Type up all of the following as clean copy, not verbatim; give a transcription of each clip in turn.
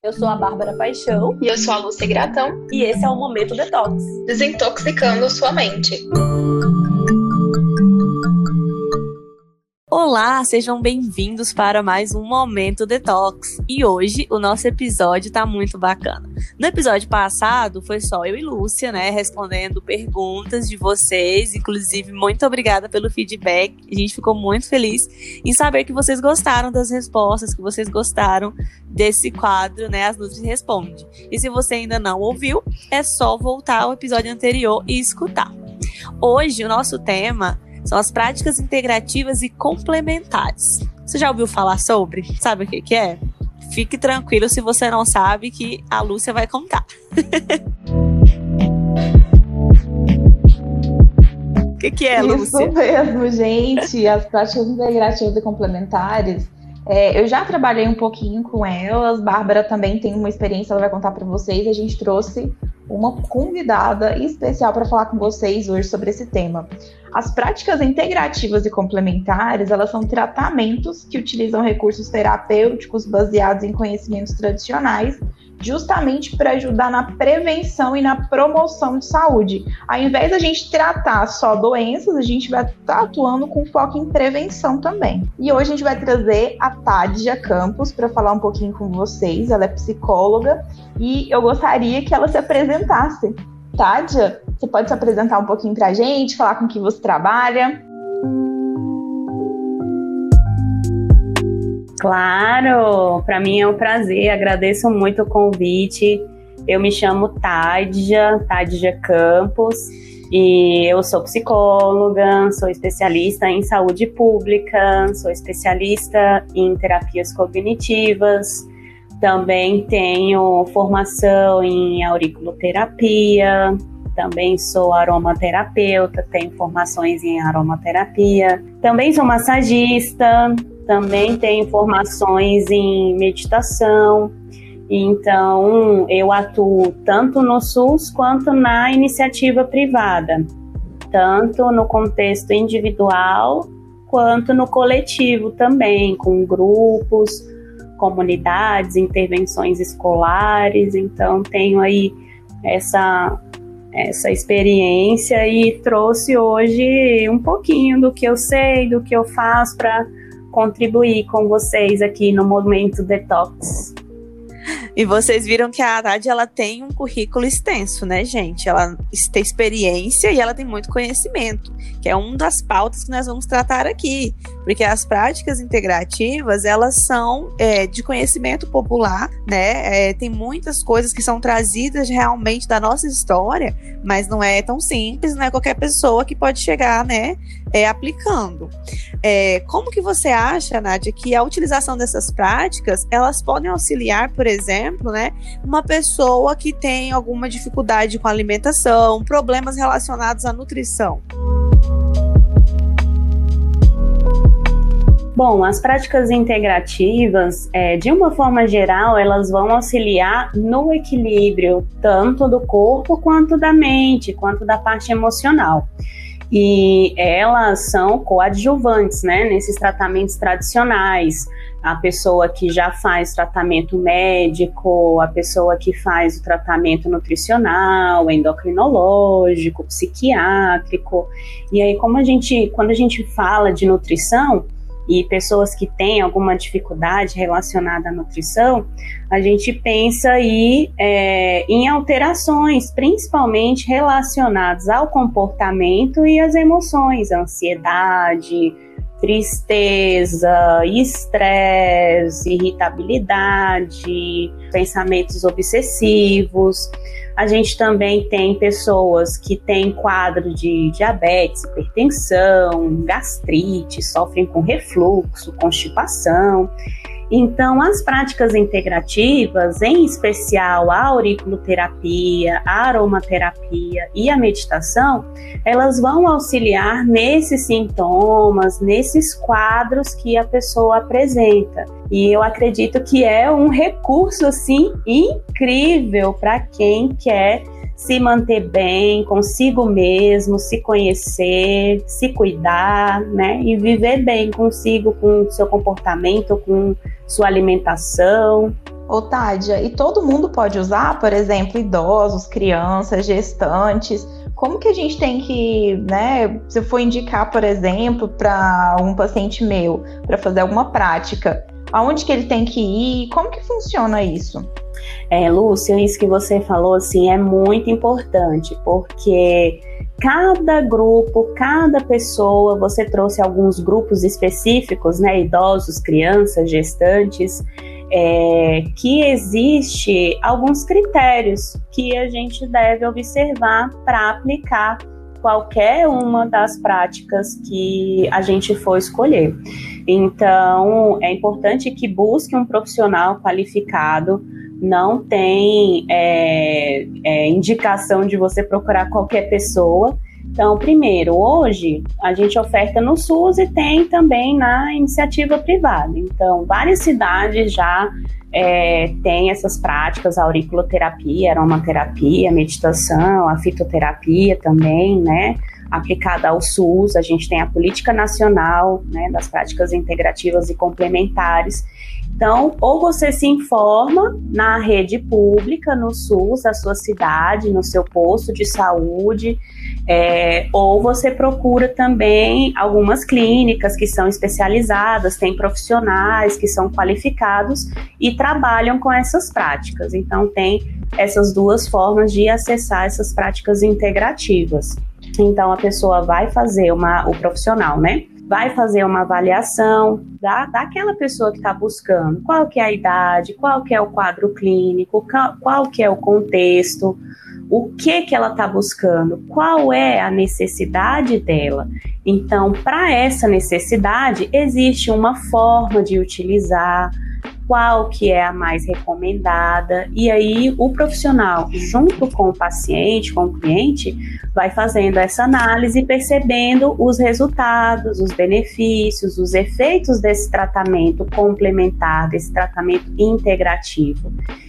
Eu sou a Bárbara Paixão. E eu sou a Lúcia Gratão. E esse é o Momento Detox. Desintoxicando sua mente. Olá, sejam bem-vindos para mais um Momento Detox. E hoje o nosso episódio tá muito bacana. No episódio passado foi só eu e Lúcia, né, respondendo perguntas de vocês. Inclusive, muito obrigada pelo feedback. A gente ficou muito feliz em saber que vocês gostaram das respostas, que vocês gostaram desse quadro, né, As Nutri Responde. E se você ainda não ouviu, é só voltar ao episódio anterior e escutar. Hoje o nosso tema são as práticas integrativas e complementares. Você já ouviu falar sobre? Sabe o que é? Fique tranquilo se você não sabe, que a Lúcia vai contar. O que é, Lúcia? Isso mesmo, gente. As práticas integrativas e complementares, eu já trabalhei um pouquinho com elas. Bárbara também tem uma experiência, ela vai contar para vocês. A gente trouxe uma convidada especial para falar com vocês hoje sobre esse tema. As práticas integrativas e complementares, elas são tratamentos que utilizam recursos terapêuticos baseados em conhecimentos tradicionais, justamente para ajudar na prevenção e na promoção de saúde. Ao invés da gente tratar só doenças, a gente vai estar atuando com foco em prevenção também. E hoje a gente vai trazer a Tádja Campos para falar um pouquinho com vocês. Ela é psicóloga e eu gostaria que ela se apresentasse. Tádja, você pode se apresentar um pouquinho para a gente, falar com que você trabalha? Claro, para mim é um prazer, agradeço muito o convite. Eu me chamo Tádja Campos e eu sou psicóloga, sou especialista em saúde pública, sou especialista em terapias cognitivas, também tenho formação em auriculoterapia, também sou aromaterapeuta, tenho formações em aromaterapia, também sou massagista, também tenho formações em meditação. Então eu atuo tanto no SUS quanto na iniciativa privada, tanto no contexto individual quanto no coletivo também, com grupos, comunidades, intervenções escolares. Então tenho aí essa experiência e trouxe hoje um pouquinho do que eu sei, do que eu faço para contribuir com vocês aqui no Momento Detox. E vocês viram que a Tádja, ela tem um currículo extenso, né, gente? Ela tem experiência e ela tem muito conhecimento, que é uma das pautas que nós vamos tratar aqui. Porque as práticas integrativas, elas são de conhecimento popular, né? Tem muitas coisas que são trazidas realmente da nossa história, mas não é tão simples, não é qualquer pessoa que pode chegar, né, aplicando. Como que você acha, Nádia, que a utilização dessas práticas, elas podem auxiliar, por exemplo, né, uma pessoa que tem alguma dificuldade com a alimentação, problemas relacionados à nutrição? Bom, as práticas integrativas, de uma forma geral, elas vão auxiliar no equilíbrio tanto do corpo quanto da mente, quanto da parte emocional. E elas são coadjuvantes, né, nesses tratamentos tradicionais. A pessoa que já faz tratamento médico, a pessoa que faz o tratamento nutricional, endocrinológico, psiquiátrico. E aí, quando a gente fala de nutrição, e pessoas que têm alguma dificuldade relacionada à nutrição, a gente pensa aí em alterações, principalmente relacionadas ao comportamento e às emoções, ansiedade, tristeza, estresse, irritabilidade, pensamentos obsessivos. A gente também tem pessoas que têm quadro de diabetes, hipertensão, gastrite, sofrem com refluxo, constipação. Então, as práticas integrativas, em especial a auriculoterapia, a aromaterapia e a meditação, elas vão auxiliar nesses sintomas, nesses quadros que a pessoa apresenta. E eu acredito que é um recurso, assim, incrível para quem quer se manter bem consigo mesmo, se conhecer, se cuidar, né? E viver bem consigo, com seu comportamento, com sua alimentação. Ô, Tádia, e todo mundo pode usar, por exemplo, idosos, crianças, gestantes? Como que a gente tem que, né, se eu for indicar, por exemplo, para um paciente meu, para fazer alguma prática, aonde que ele tem que ir? Como que funciona isso? Lúcia, isso que você falou, assim, é muito importante, porque cada grupo, cada pessoa, você trouxe alguns grupos específicos, né, idosos, crianças, gestantes, que existe alguns critérios que a gente deve observar para aplicar qualquer uma das práticas que a gente for escolher. Então, é importante que busque um profissional qualificado. Não tem indicação de você procurar qualquer pessoa. Então, primeiro, hoje a gente oferta no SUS e tem também na iniciativa privada. Então, várias cidades já têm essas práticas, a auriculoterapia, aromaterapia, meditação, a fitoterapia também, né? Aplicada ao SUS. A gente tem a política nacional, né, das práticas integrativas e complementares. Então, ou você se informa na rede pública, no SUS, da sua cidade, no seu posto de saúde, ou você procura também algumas clínicas que são especializadas, tem profissionais que são qualificados e trabalham com essas práticas. Então, tem essas duas formas de acessar essas práticas integrativas. Então, a pessoa vai fazer o profissional, né? Vai fazer uma avaliação daquela pessoa que está buscando, qual que é a idade, qual que é o quadro clínico, qual que é o contexto, o que ela está buscando, qual é a necessidade dela. Então, para essa necessidade, existe uma forma de utilizar, qual que é a mais recomendada, e aí o profissional, junto com o paciente, com o cliente, vai fazendo essa análise e percebendo os resultados, os benefícios, os efeitos desse tratamento complementar, desse tratamento integrativo.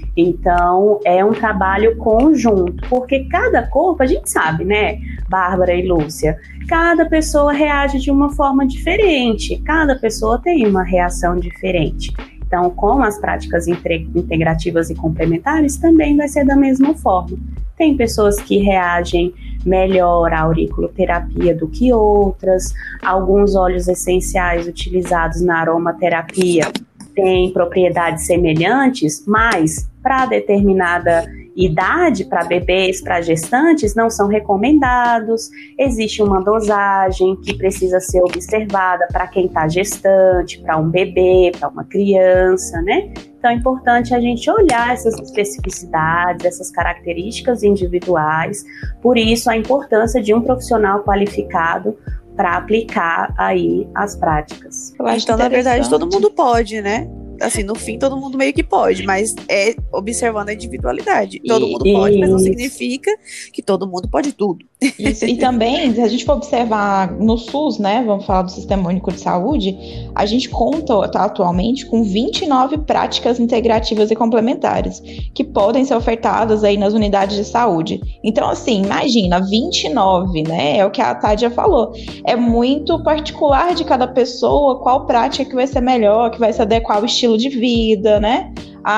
Então, é um trabalho conjunto, porque cada corpo, a gente sabe, né, Bárbara e Lúcia, cada pessoa reage de uma forma diferente, cada pessoa tem uma reação diferente. Então, com as práticas integrativas e complementares, também vai ser da mesma forma. Tem pessoas que reagem melhor à auriculoterapia do que outras. Alguns óleos essenciais utilizados na aromaterapia têm propriedades semelhantes, mas para determinada idade, para bebês, para gestantes, não são recomendados. Existe uma dosagem que precisa ser observada para quem está gestante, para um bebê, para uma criança, né? Então é importante a gente olhar essas especificidades, essas características individuais. Por isso, a importância de um profissional qualificado para aplicar aí as práticas. Então, na verdade, todo mundo pode, né? Assim, no fim, todo mundo meio que pode, mas é observando a individualidade. Todo mundo pode, mas não significa que todo mundo pode tudo. Isso. E também, se a gente for observar no SUS, né, vamos falar do Sistema Único de Saúde, a gente conta atualmente com 29 práticas integrativas e complementares, que podem ser ofertadas aí nas unidades de saúde. Então, assim, imagina, 29, né, é o que a Tádia falou. É muito particular de cada pessoa, qual prática que vai ser melhor, que vai se adequar ao estilo de vida, né,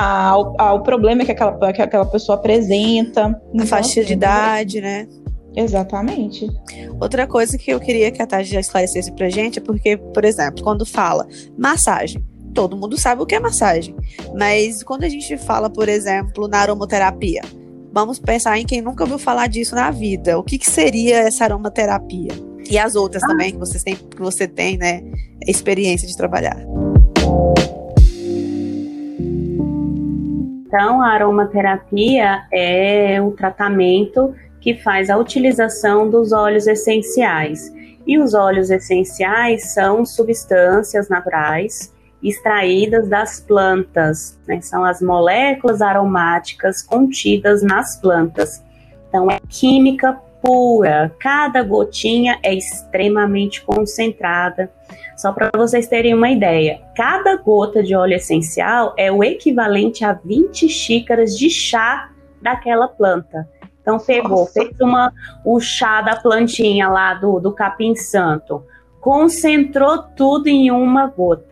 ao problema que aquela pessoa apresenta. A faixa de idade, né? Exatamente. Outra coisa que eu queria que a Tati já esclarecesse pra gente é porque, por exemplo, quando fala massagem, todo mundo sabe o que é massagem, mas quando a gente fala, por exemplo, na aromaterapia, vamos pensar em quem nunca ouviu falar disso na vida. O que seria essa aromaterapia? E as outras também que você tem, né, experiência de trabalhar. Então, a aromaterapia é o tratamento que faz a utilização dos óleos essenciais. E os óleos essenciais são substâncias naturais extraídas das plantas, né? São as moléculas aromáticas contidas nas plantas. Então, é química pura, cada gotinha é extremamente concentrada. Só para vocês terem uma ideia, cada gota de óleo essencial é o equivalente a 20 xícaras de chá daquela planta. Então, fez o chá da plantinha lá do capim santo, concentrou tudo em uma gota.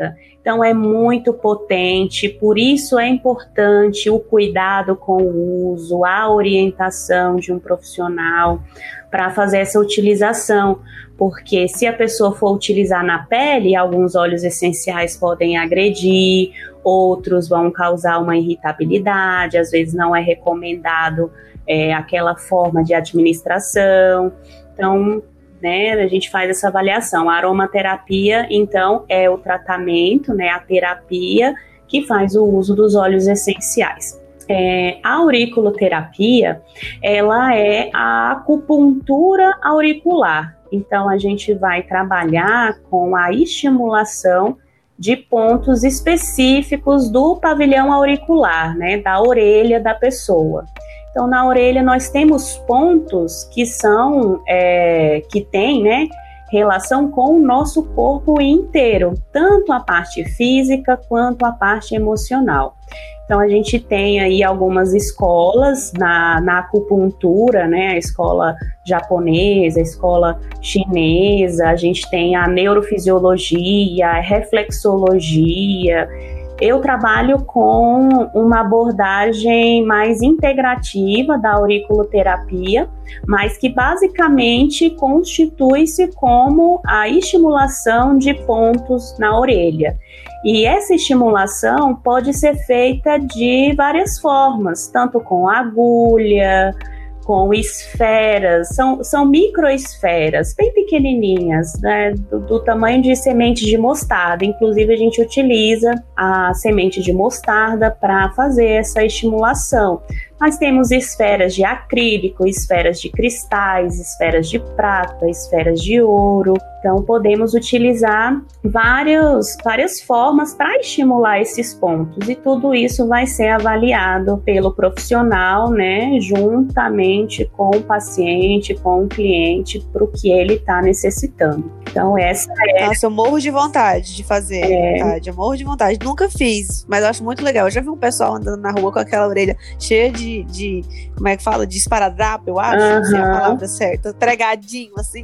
Então é muito potente, por isso é importante o cuidado com o uso, a orientação de um profissional para fazer essa utilização, porque se a pessoa for utilizar na pele, alguns óleos essenciais podem agredir, outros vão causar uma irritabilidade, às vezes não é recomendado aquela forma de administração. Então, né, a gente faz essa avaliação. A aromaterapia, então, é o tratamento, né, a terapia que faz o uso dos óleos essenciais. A auriculoterapia, ela é a acupuntura auricular. Então, a gente vai trabalhar com a estimulação de pontos específicos do pavilhão auricular, né, da orelha da pessoa. Então, na orelha nós temos pontos que são, que tem, né, relação com o nosso corpo inteiro, tanto a parte física quanto a parte emocional. Então, a gente tem aí algumas escolas na acupuntura, né, a escola japonesa, a escola chinesa, a gente tem a neurofisiologia, a reflexologia. Eu trabalho com uma abordagem mais integrativa da auriculoterapia, mas que basicamente constitui-se como a estimulação de pontos na orelha. E essa estimulação pode ser feita de várias formas, tanto com agulha, com esferas, são microesferas, bem pequenininhas, né, do tamanho de semente de mostarda. Inclusive, a gente utiliza a semente de mostarda para fazer essa estimulação. Nós temos esferas de acrílico, esferas de cristais, esferas de prata, esferas de ouro. Então, podemos utilizar várias formas para estimular esses pontos. E tudo isso vai ser avaliado pelo profissional, né, juntamente com o paciente, com o cliente, para o que ele está necessitando. Então, essa é... Nossa, eu morro de vontade de fazer. Eu morro de vontade. Nunca fiz, mas eu acho muito legal. Eu já vi um pessoal andando na rua com aquela orelha cheia de como é que fala? De esparadrapo, eu acho, não sei a palavra certa, tregadinho, assim.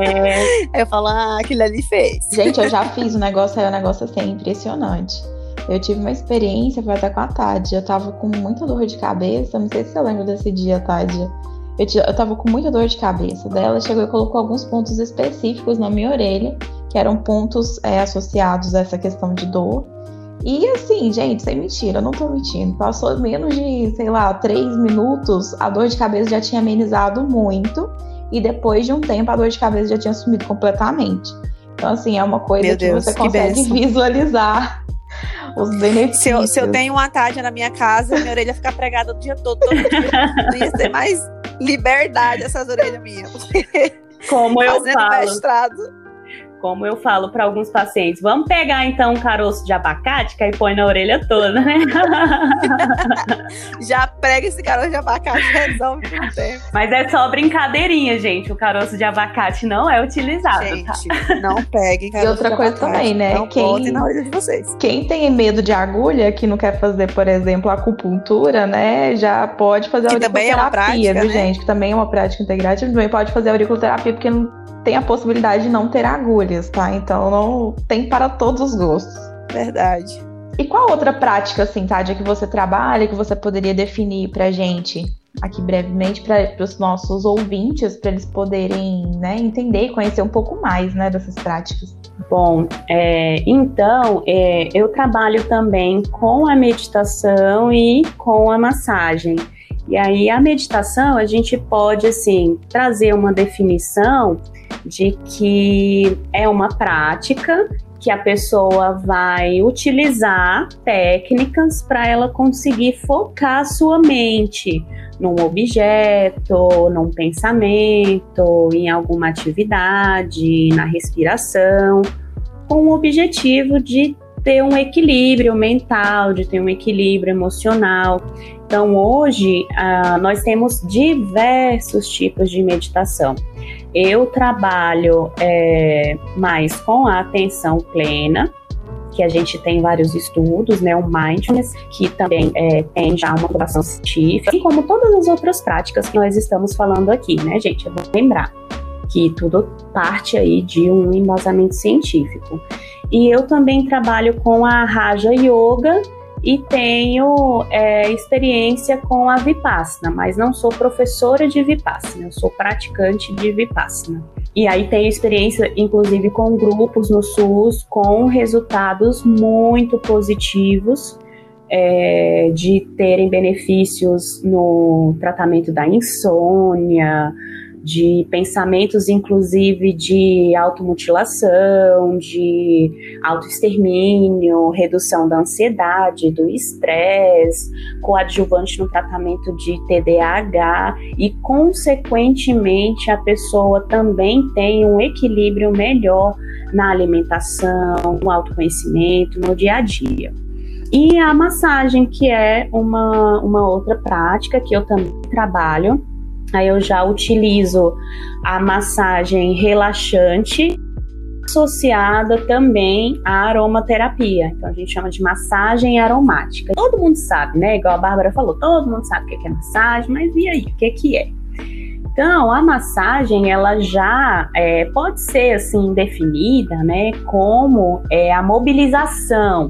Aí eu falo, aquilo ali fez. Gente, eu já fiz um negócio assim, impressionante. Eu tive uma experiência, foi até com a Tádia. Eu tava com muita dor de cabeça, não sei se você lembra desse dia, Tádia. Eu tava com muita dor de cabeça. Daí ela chegou e colocou alguns pontos específicos na minha orelha, que eram pontos associados a essa questão de dor. E assim, gente, sem mentira, eu não tô mentindo. Passou menos de, 3 minutos, a dor de cabeça já tinha amenizado muito. E depois de um tempo, a dor de cabeça já tinha sumido completamente. Então, assim, é uma coisa que você consegue visualizar os benefícios. Se eu tenho uma Tádia na minha casa, minha orelha fica pregada o dia todo dia. Não ia ter mais liberdade essas orelhas minhas. Como eu falo. Mestrado. Como eu falo para alguns pacientes, vamos pegar então um caroço de abacate, que aí põe na orelha toda, né? Já prega esse caroço de abacate, resolve por tempo. Mas é só brincadeirinha, gente. O caroço de abacate não é utilizado, gente, tá? Não peguem caroço. E outra coisa também, né? Não botem na orelha de vocês. Quem tem medo de agulha, que não quer fazer, por exemplo, acupuntura, né? Já pode fazer a auriculoterapia, também é uma prática, viu, né? gente? Que também é uma prática integrativa. Também pode fazer a auriculoterapia, porque não tem a possibilidade de não ter agulhas, tá? Então não tem para todos os gostos. Verdade. E qual outra prática, assim, Tádia, que você trabalha, que você poderia definir pra gente aqui brevemente, para os nossos ouvintes, para eles poderem, né, entender e conhecer um pouco mais, né, dessas práticas? Bom, então, eu trabalho também com a meditação e com a massagem. E aí, a meditação, a gente pode, assim, trazer uma definição de que é uma prática que a pessoa vai utilizar técnicas para ela conseguir focar a sua mente num objeto, num pensamento, em alguma atividade, na respiração, com o objetivo de ter um equilíbrio mental, de ter um equilíbrio emocional. Então, hoje, nós temos diversos tipos de meditação. Eu trabalho mais com a atenção plena, que a gente tem vários estudos, né, o Mindfulness, que também tem já uma comprovação científica, assim como todas as outras práticas que nós estamos falando aqui, né, gente? Eu vou lembrar que tudo parte aí de um embasamento científico. E eu também trabalho com a Raja Yoga e tenho experiência com a Vipassana, mas não sou professora de Vipassana, eu sou praticante de Vipassana. E aí tenho experiência, inclusive, com grupos no SUS, com resultados muito positivos, de terem benefícios no tratamento da insônia, de pensamentos, inclusive, de automutilação, de autoextermínio, redução da ansiedade, do estresse, coadjuvante no tratamento de TDAH e, consequentemente, a pessoa também tem um equilíbrio melhor na alimentação, no autoconhecimento, no dia a dia. E a massagem, que é uma outra prática que eu também trabalho. Aí eu já utilizo a massagem relaxante associada também à aromaterapia. Então a gente chama de massagem aromática. Todo mundo sabe, né? Igual a Bárbara falou, todo mundo sabe o que é massagem, mas e aí, o que é? Então, a massagem, ela já pode ser, assim, definida, né, como a mobilização,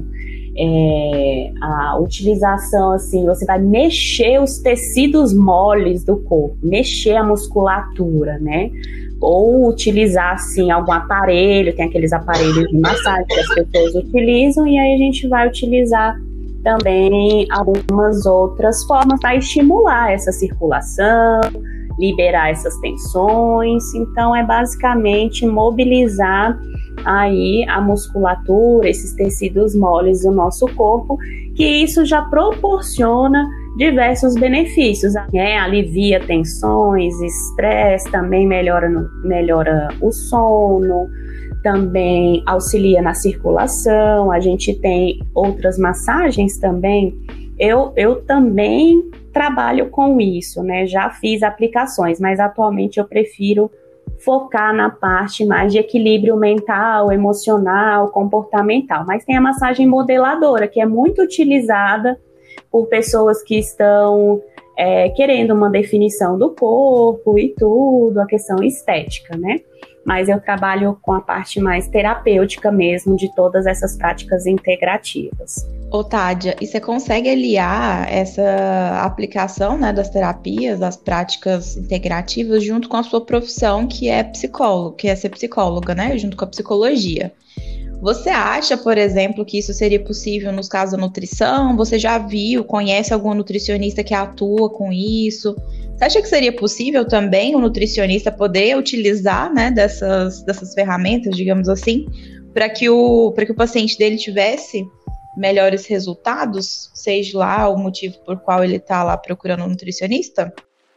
a utilização, assim, você vai mexer os tecidos moles do corpo, mexer a musculatura, né? Ou utilizar, assim, algum aparelho, tem aqueles aparelhos de massagem que as pessoas utilizam, e aí a gente vai utilizar também algumas outras formas para estimular essa circulação, liberar essas tensões. Então é basicamente mobilizar aí a musculatura, esses tecidos moles do nosso corpo, que isso já proporciona diversos benefícios, alivia tensões, estresse, também melhora o sono, também auxilia na circulação. A gente tem outras massagens também. Eu também trabalho com isso, né? Já fiz aplicações, mas atualmente eu prefiro focar na parte mais de equilíbrio mental, emocional, comportamental. Mas tem a massagem modeladora, que é muito utilizada por pessoas que estão querendo uma definição do corpo e tudo, a questão estética, né? Mas eu trabalho com a parte mais terapêutica mesmo de todas essas práticas integrativas. Ô Tádia, e você consegue aliar essa aplicação, né, das terapias, das práticas integrativas, junto com a sua profissão, que é psicólogo, que é ser psicóloga, né, junto com a psicologia? Você acha, por exemplo, que isso seria possível nos casos da nutrição? Você já viu, conhece algum nutricionista que atua com isso? Você acha que seria possível também o nutricionista poder utilizar, né, dessas ferramentas, digamos assim, para que o paciente dele tivesse melhores resultados, seja lá o motivo por qual ele está lá procurando um nutricionista?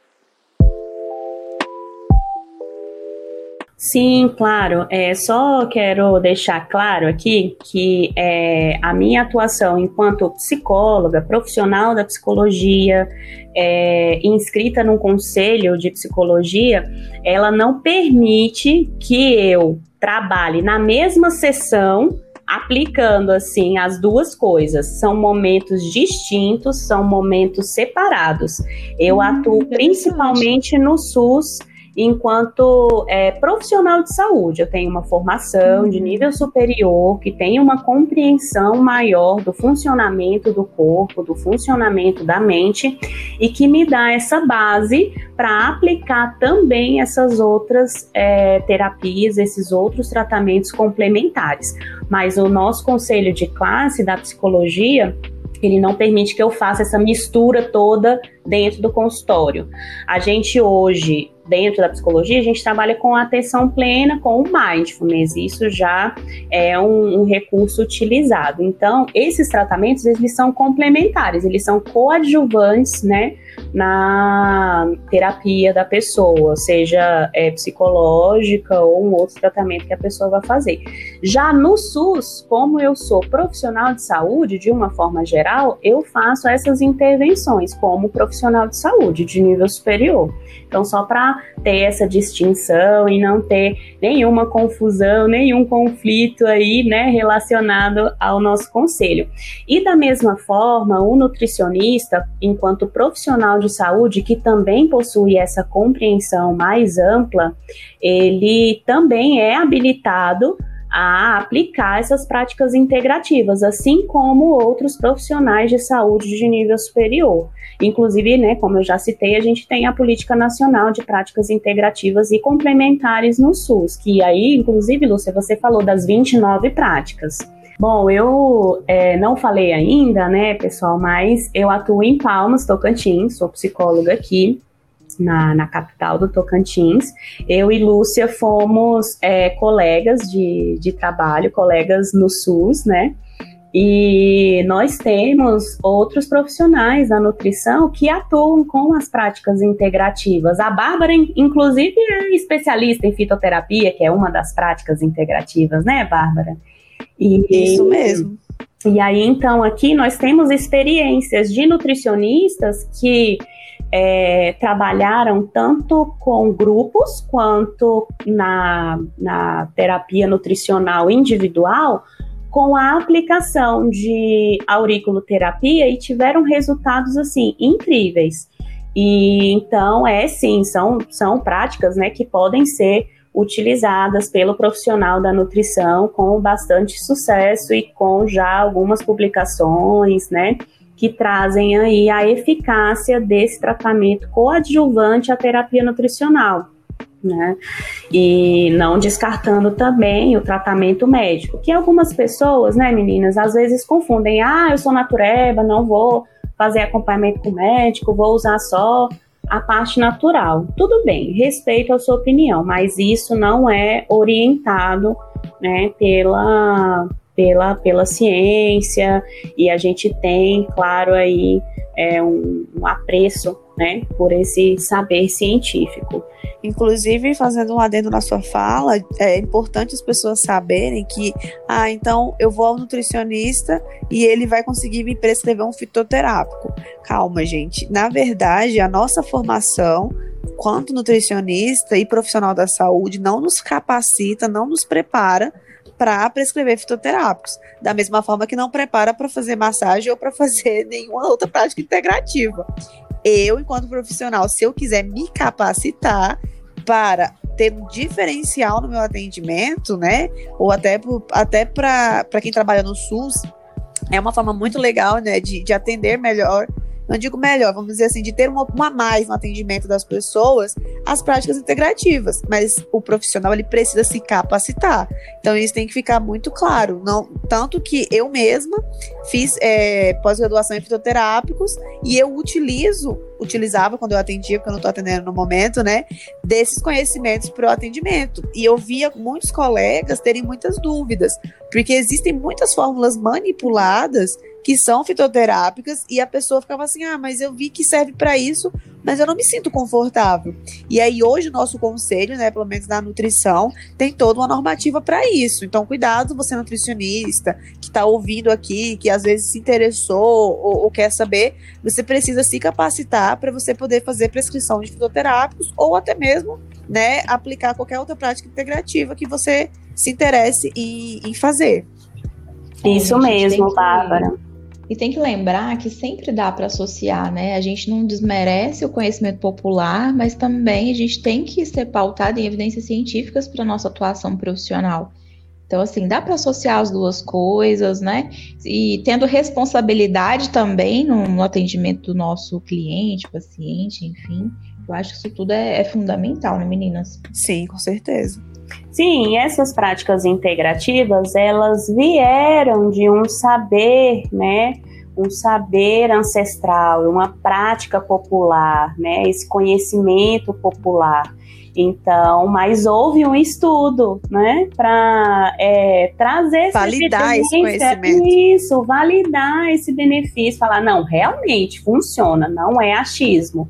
Sim, claro. Só quero deixar claro aqui que a minha atuação enquanto psicóloga, profissional da psicologia, inscrita num conselho de psicologia, ela não permite que eu trabalhe na mesma sessão aplicando, assim, as duas coisas. São momentos distintos, são momentos separados. Eu atuo principalmente no SUS enquanto profissional de saúde. Eu tenho uma formação de nível superior, que tem uma compreensão maior do funcionamento do corpo, do funcionamento da mente, e que me dá essa base para aplicar também essas outras terapias, esses outros tratamentos complementares. Mas o nosso conselho de classe da psicologia, ele não permite que eu faça essa mistura toda dentro do consultório. A gente hoje, dentro da psicologia, a gente trabalha com a atenção plena, com o mindfulness. Isso já é um recurso utilizado. Então, esses tratamentos, eles são complementares, eles são coadjuvantes, né, na terapia da pessoa, seja psicológica ou um outro tratamento que a pessoa vai fazer. Já no SUS, como eu sou profissional de saúde, de uma forma geral, eu faço essas intervenções como profissional de saúde de nível superior. Então, só para ter essa distinção e não ter nenhuma confusão, nenhum conflito aí, né, relacionado ao nosso conselho. E da mesma forma, o nutricionista, enquanto profissional de saúde, que também possui essa compreensão mais ampla, ele também é habilitado a aplicar essas práticas integrativas, assim como outros profissionais de saúde de nível superior. Inclusive, né, como eu já citei, a gente tem a Política Nacional de Práticas Integrativas e Complementares no SUS, que aí, inclusive, Lúcia, você falou das 29 práticas. Bom, eu não falei ainda, né, pessoal, mas eu atuo em Palmas, Tocantins, sou psicóloga aqui, na capital do Tocantins. Eu e Lúcia fomos colegas de trabalho, colegas no SUS, né? E nós temos outros profissionais da nutrição que atuam com as práticas integrativas. A Bárbara, inclusive, é especialista em fitoterapia, que é uma das práticas integrativas, né, Bárbara? Isso mesmo. E aí, então, aqui nós temos experiências de nutricionistas que trabalharam tanto com grupos quanto na terapia nutricional individual com a aplicação de auriculoterapia e tiveram resultados assim incríveis. E então sim, são práticas, né, que podem ser utilizadas pelo profissional da nutrição com bastante sucesso e com já algumas publicações, né, que trazem aí a eficácia desse tratamento coadjuvante à terapia nutricional, né? E não descartando também o tratamento médico, que algumas pessoas, né, meninas, às vezes confundem, eu sou natureba, não vou fazer acompanhamento com médico, vou usar só a parte natural. Tudo bem, respeito a sua opinião, mas isso não é orientado, né, pela ciência, e a gente tem, claro, aí um apreço, né, por esse saber científico. Inclusive, fazendo um adendo na sua fala, é importante as pessoas saberem que, então eu vou ao nutricionista e ele vai conseguir me prescrever um fitoterápico. Calma, gente. Na verdade, a nossa formação, quanto nutricionista e profissional da saúde, não nos capacita, não nos prepara para prescrever fitoterápicos, da mesma forma que não prepara para fazer massagem ou para fazer nenhuma outra prática integrativa. Eu, enquanto profissional, se eu quiser me capacitar para ter um diferencial no meu atendimento, né, ou até para quem trabalha no SUS, é uma forma muito legal, né, de atender melhor, não digo melhor, vamos dizer assim, de ter uma a mais no atendimento das pessoas, as práticas integrativas, mas o profissional, ele precisa se capacitar, então isso tem que ficar muito claro, não, tanto que eu mesma fiz pós-graduação em fitoterápicos e eu utilizava quando eu atendia, porque eu não estou atendendo no momento, né, desses conhecimentos para o atendimento, e eu via muitos colegas terem muitas dúvidas, porque existem muitas fórmulas manipuladas que são fitoterápicas, e a pessoa ficava assim, mas eu vi que serve para isso, mas eu não me sinto confortável. E aí hoje o nosso conselho, né, pelo menos na nutrição, tem toda uma normativa para isso. Então cuidado, você nutricionista, que está ouvindo aqui, que às vezes se interessou ou quer saber, você precisa se capacitar para você poder fazer prescrição de fitoterápicos ou até mesmo, né, aplicar qualquer outra prática integrativa que você se interesse em fazer. Isso mesmo, Bárbara. E tem que lembrar que sempre dá para associar, né? A gente não desmerece o conhecimento popular, mas também a gente tem que ser pautado em evidências científicas para nossa atuação profissional. Então, assim, dá para associar as duas coisas, né? E tendo responsabilidade também no atendimento do nosso cliente, paciente, enfim. Eu acho que isso tudo é fundamental, né, meninas? Sim, com certeza. Sim, essas práticas integrativas, elas vieram de um saber, né, um saber ancestral, uma prática popular, né, esse conhecimento popular. Então, mas houve um estudo, né, para trazer validar esse conhecimento. Isso, validar esse benefício, falar, não, realmente funciona, não é achismo.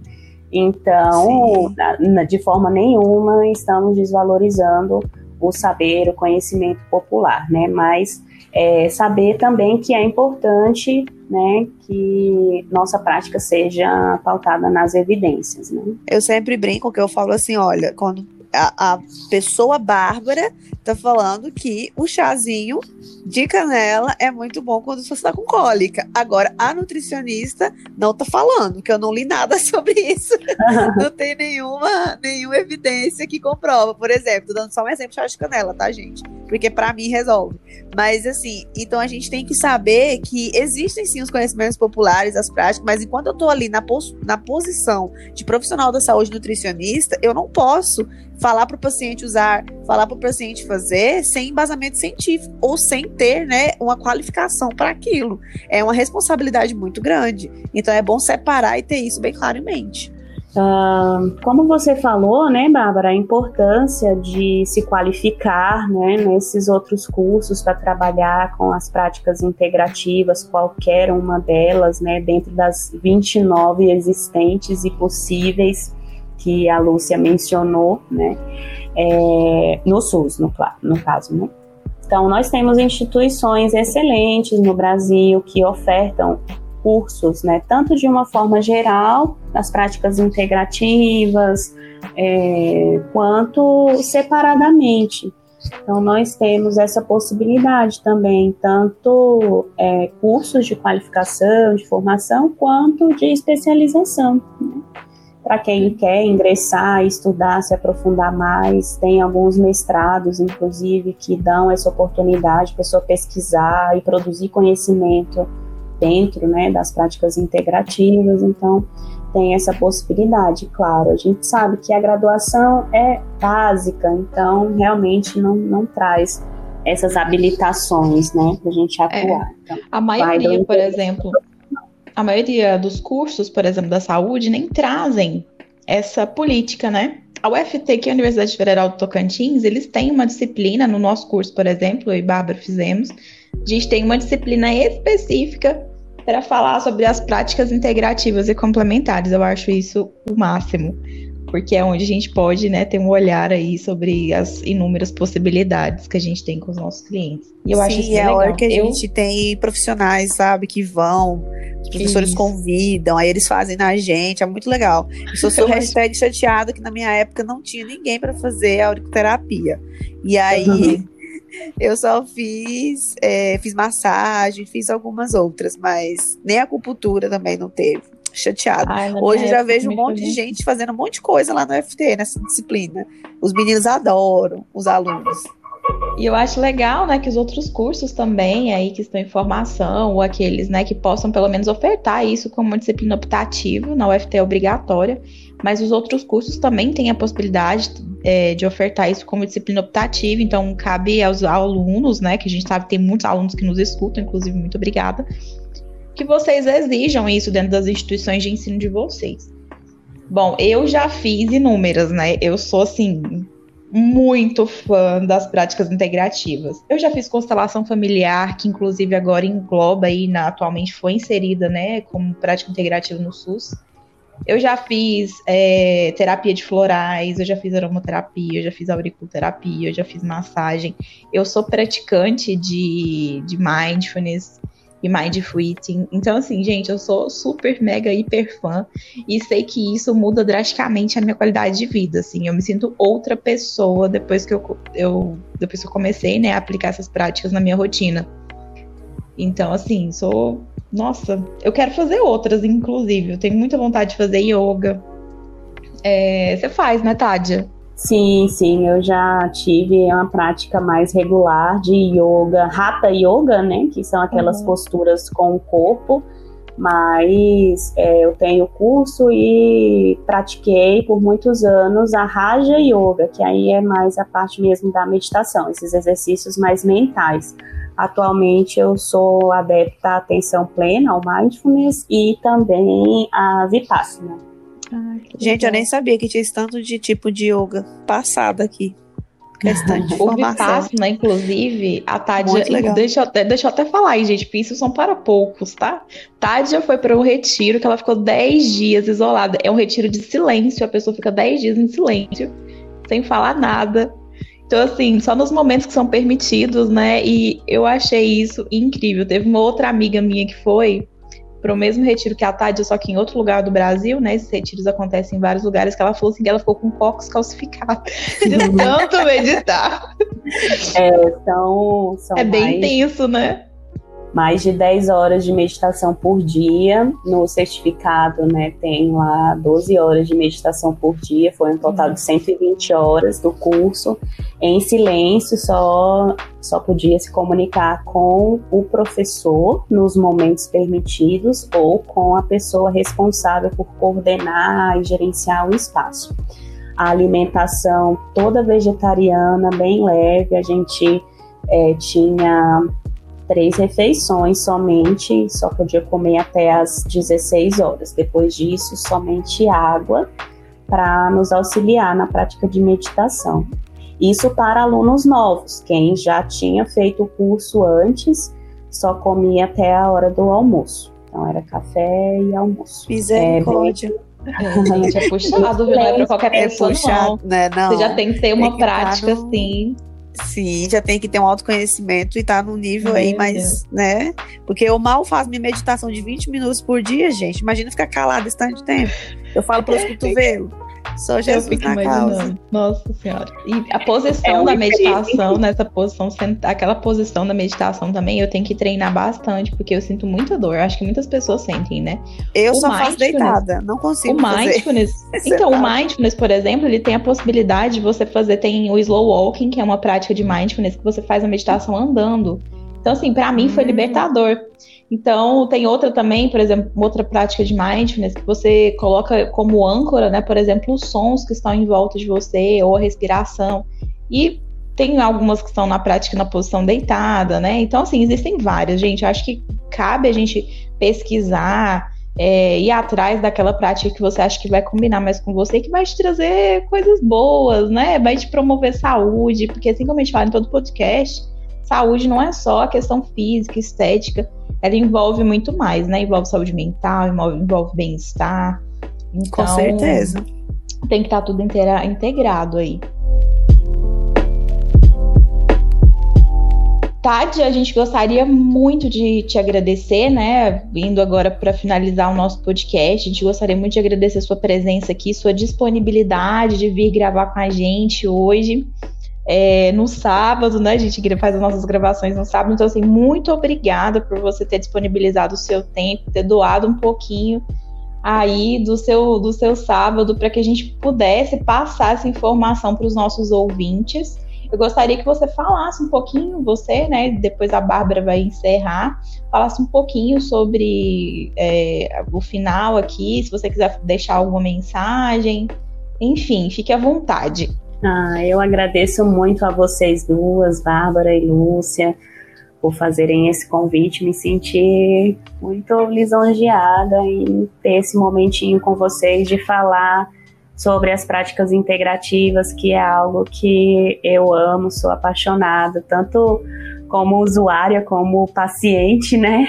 Então, de forma nenhuma, estamos desvalorizando o saber, o conhecimento popular, né? Mas saber também que é importante, né, que nossa prática seja pautada nas evidências, né? Eu sempre brinco que eu falo assim, olha, quando a pessoa Bárbara tá falando que o chazinho de canela é muito bom quando você está com cólica. Agora, a nutricionista não tá falando, que eu não li nada sobre isso. Não tem nenhuma evidência que comprova. Por exemplo, tô dando só um exemplo de chá de canela, tá, gente? porque pra mim resolve. Mas assim, então a gente tem que saber que existem sim os conhecimentos populares, as práticas, mas enquanto eu tô ali na posição de profissional da saúde nutricionista, eu não posso falar para o paciente usar, falar para o paciente fazer sem embasamento científico ou sem ter, né, uma qualificação para aquilo. É uma responsabilidade muito grande. Então é bom separar e ter isso bem claro em mente. Como você falou, né, Bárbara, a importância de se qualificar, né, nesses outros cursos para trabalhar com as práticas integrativas, qualquer uma delas, né, dentro das 29 existentes e possíveis que a Lúcia mencionou, né, no SUS, no caso, né. Então, nós temos instituições excelentes no Brasil que ofertam cursos, né, tanto de uma forma geral, das práticas integrativas, quanto separadamente. Então, nós temos essa possibilidade também, tanto cursos de qualificação, de formação, quanto de especialização, né? Para quem quer ingressar, estudar, se aprofundar mais, tem alguns mestrados, inclusive, que dão essa oportunidade para a pessoa pesquisar e produzir conhecimento dentro, né, das práticas integrativas. Então, tem essa possibilidade, claro. A gente sabe que a graduação é básica, então, realmente não traz essas habilitações, né, para a gente atuar. Então, a maioria, por exemplo, a maioria dos cursos, por exemplo, da saúde, nem trazem essa política, né? A UFT, que é a Universidade Federal do Tocantins, eles têm uma disciplina, no nosso curso, por exemplo, eu e Bárbara fizemos, a gente tem uma disciplina específica para falar sobre as práticas integrativas e complementares. Eu acho isso o máximo, porque é onde a gente pode, né, ter um olhar aí sobre as inúmeras possibilidades que a gente tem com os nossos clientes. E eu acho isso legal. Sim, é a hora que a gente tem profissionais, sabe, que vão, os professores convidam, aí eles fazem na gente, é muito legal. Eu sou hashtag chateada que na minha época não tinha ninguém para fazer a auriculoterapia. E aí eu só fiz massagem, fiz algumas outras, mas nem a acupuntura também não teve. Chateado. Hoje eu já vejo um monte de gente fazendo um monte de coisa lá no UFT, nessa disciplina. Os meninos adoram, os alunos. E eu acho legal, né, que os outros cursos também aí que estão em formação, ou aqueles, né, que possam pelo menos ofertar isso como uma disciplina optativa, na UFT é obrigatória, mas os outros cursos também têm a possibilidade de ofertar isso como disciplina optativa, então cabe aos alunos, né, que a gente sabe que tem muitos alunos que nos escutam, inclusive, muito obrigada, que vocês exijam isso dentro das instituições de ensino de vocês. Bom, eu já fiz inúmeras, né? Eu sou, assim, muito fã das práticas integrativas. Eu já fiz constelação familiar, que inclusive agora engloba e atualmente foi inserida, né, como prática integrativa no SUS. Eu já fiz terapia de florais, eu já fiz aromaterapia, eu já fiz auriculoterapia, eu já fiz massagem. Eu sou praticante de mindfulness e mindful eating. Então, assim, gente, eu sou super, mega, hiper fã e sei que isso muda drasticamente a minha qualidade de vida, assim. Eu me sinto outra pessoa depois que eu comecei, né, a aplicar essas práticas na minha rotina. Então, assim, nossa, eu quero fazer outras, inclusive. Eu tenho muita vontade de fazer yoga. Você faz, né, Tádia? Sim, eu já tive uma prática mais regular de yoga, Hatha Yoga, né, que são aquelas posturas com o corpo, mas eu tenho curso e pratiquei por muitos anos a Raja Yoga, que aí é mais a parte mesmo da meditação, esses exercícios mais mentais. Atualmente eu sou adepta à atenção plena, ao mindfulness e também à Vipassana. Gente, eu nem sabia que tinha esse tanto de tipo de yoga passado aqui. Questão de o Vipassana, inclusive, a Tádia, deixa eu até falar aí, gente, porque isso são para poucos, tá? Tádia foi para um retiro que ela ficou 10 dias isolada. É um retiro de silêncio, a pessoa fica 10 dias em silêncio, sem falar nada. Então, assim, só nos momentos que são permitidos, né? E eu achei isso incrível. Teve uma outra amiga minha que foi para o mesmo retiro que a Tádia, só que em outro lugar do Brasil, né? Esses retiros acontecem em vários lugares, que ela falou assim, que ela ficou com cóccix calcificado de tanto meditar. São bem intenso, né? mais de 10 horas de meditação por dia. No certificado, né, tem lá 12 horas de meditação por dia, foi um total de 120 horas do curso, em silêncio, só podia se comunicar com o professor nos momentos permitidos ou com a pessoa responsável por coordenar e gerenciar o espaço. A alimentação toda vegetariana, bem leve, a gente tinha 3 refeições somente, só podia comer até as 16 horas. Depois disso, somente água para nos auxiliar na prática de meditação. Isso para alunos novos. Quem já tinha feito o curso antes, só comia até a hora do almoço. Então, era café e almoço. Misericórdia. Gente, é puxado, viu? Não é para qualquer pessoa, puxado, não. Né? Não. Você já tem que ter uma prática, assim... Sim, já tem que ter um autoconhecimento e tá num nível aí mais, né? Porque eu mal faço minha meditação de 20 minutos por dia, gente. Imagina ficar calado esse tanto de tempo. Eu falo pelos cotovelos. Só Jesus na causa. Nossa Senhora. E a posição da meditação, nessa posição, aquela posição da meditação também, eu tenho que treinar bastante, porque eu sinto muita dor. Acho que muitas pessoas sentem, né? Eu só faço deitada, não consigo mindfulness, fazer. Então, o mindfulness, por exemplo, ele tem a possibilidade de você fazer, tem o slow walking, que é uma prática de mindfulness, que você faz a meditação andando. Então, assim, pra mim foi libertador. Então, tem outra também, por exemplo, outra prática de mindfulness que você coloca como âncora, né? Por exemplo, os sons que estão em volta de você ou a respiração. E tem algumas que estão na prática na posição deitada, né? Então, assim, existem várias, gente. Acho que cabe a gente pesquisar, ir atrás daquela prática que você acha que vai combinar mais com você, que vai te trazer coisas boas, né? Vai te promover saúde, porque assim como a gente fala em todo podcast, saúde não é só a questão física, estética, ela envolve muito mais, né? Envolve saúde mental, envolve bem-estar. Então, com certeza. Tem que estar tudo integrado aí. Tati, a gente gostaria muito de te agradecer, né? Indo agora para finalizar o nosso podcast, a gente gostaria muito de agradecer a sua presença aqui, sua disponibilidade de vir gravar com a gente hoje. No sábado, né? A gente faz as nossas gravações no sábado. Então, assim, muito obrigada por você ter disponibilizado o seu tempo, ter doado um pouquinho aí do seu sábado para que a gente pudesse passar essa informação para os nossos ouvintes. Eu gostaria que você falasse um pouquinho, você, né? Depois a Bárbara vai encerrar, falasse um pouquinho sobre o final aqui, se você quiser deixar alguma mensagem. Enfim, fique à vontade. Eu agradeço muito a vocês duas, Bárbara e Lúcia, por fazerem esse convite. Me senti muito lisonjeada em ter esse momentinho com vocês de falar sobre as práticas integrativas, que é algo que eu amo, sou apaixonada, tanto como usuária, como paciente, né?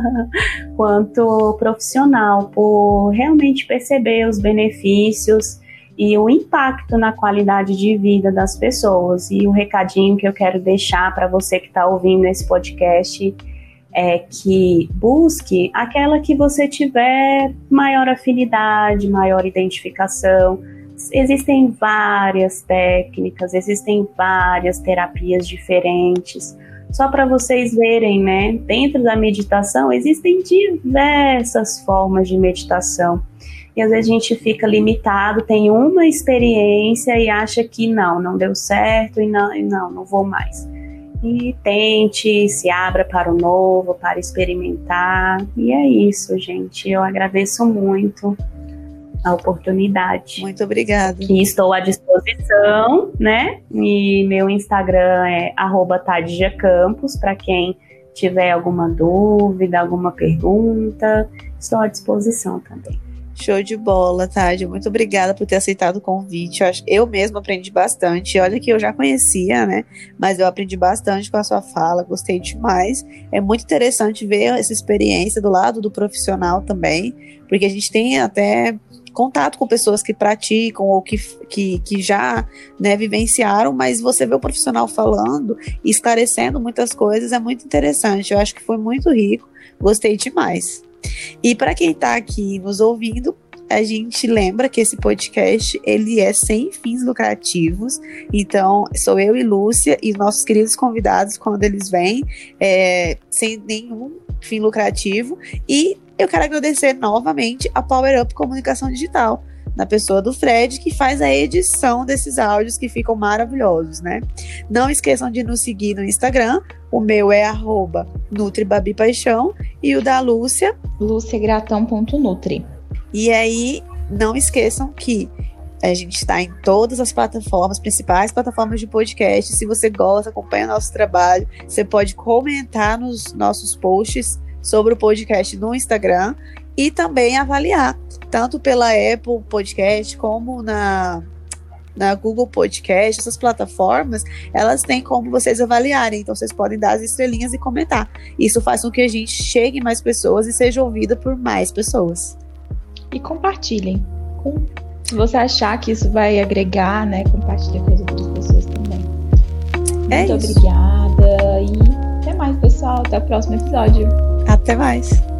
Quanto profissional, por realmente perceber os benefícios e o impacto na qualidade de vida das pessoas. E o recadinho que eu quero deixar para você que está ouvindo esse podcast é que busque aquela que você tiver maior afinidade, maior identificação. Existem várias técnicas, existem várias terapias diferentes. Só para vocês verem, né? Dentro da meditação existem diversas formas de meditação. E às vezes a gente fica limitado, tem uma experiência e acha que não deu certo e não vou mais. E tente, se abra para o novo, para experimentar. E é isso, gente. Eu agradeço muito a oportunidade. Muito obrigada. E estou à disposição, né? E meu Instagram é @tadjacampos, para quem tiver alguma dúvida, alguma pergunta, estou à disposição também. Show de bola, Tádja. Muito obrigada por ter aceitado o convite. Eu mesma aprendi bastante. Olha que eu já conhecia, né? Mas eu aprendi bastante com a sua fala, gostei demais. É muito interessante ver essa experiência do lado do profissional também, porque a gente tem até contato com pessoas que praticam ou que já, né, vivenciaram, mas você vê o profissional falando e esclarecendo muitas coisas, é muito interessante. Eu acho que foi muito rico, gostei demais. E para quem está aqui nos ouvindo, a gente lembra que esse podcast, ele é sem fins lucrativos. Então, sou eu e Lúcia e nossos queridos convidados, quando eles vêm, sem nenhum fim lucrativo. E eu quero agradecer novamente a Power Up Comunicação Digital, na pessoa do Fred, que faz a edição desses áudios que ficam maravilhosos, né? Não esqueçam de nos seguir no Instagram. O meu é @NutriBabiPaixão e o da Lúcia, luciagratão.nutri. E aí, não esqueçam que a gente está em todas as plataformas, principais plataformas de podcast. Se você gosta, acompanha o nosso trabalho, você pode comentar nos nossos posts sobre o podcast no Instagram e também avaliar, tanto pela Apple Podcast como na Google Podcast. Essas plataformas, elas têm como vocês avaliarem, então vocês podem dar as estrelinhas e comentar. Isso faz com que a gente chegue em mais pessoas e seja ouvida por mais pessoas. E compartilhem. Se você achar que isso vai agregar, né, compartilha com as outras pessoas também. Muito obrigada e até mais, pessoal. Até o próximo episódio. Até mais.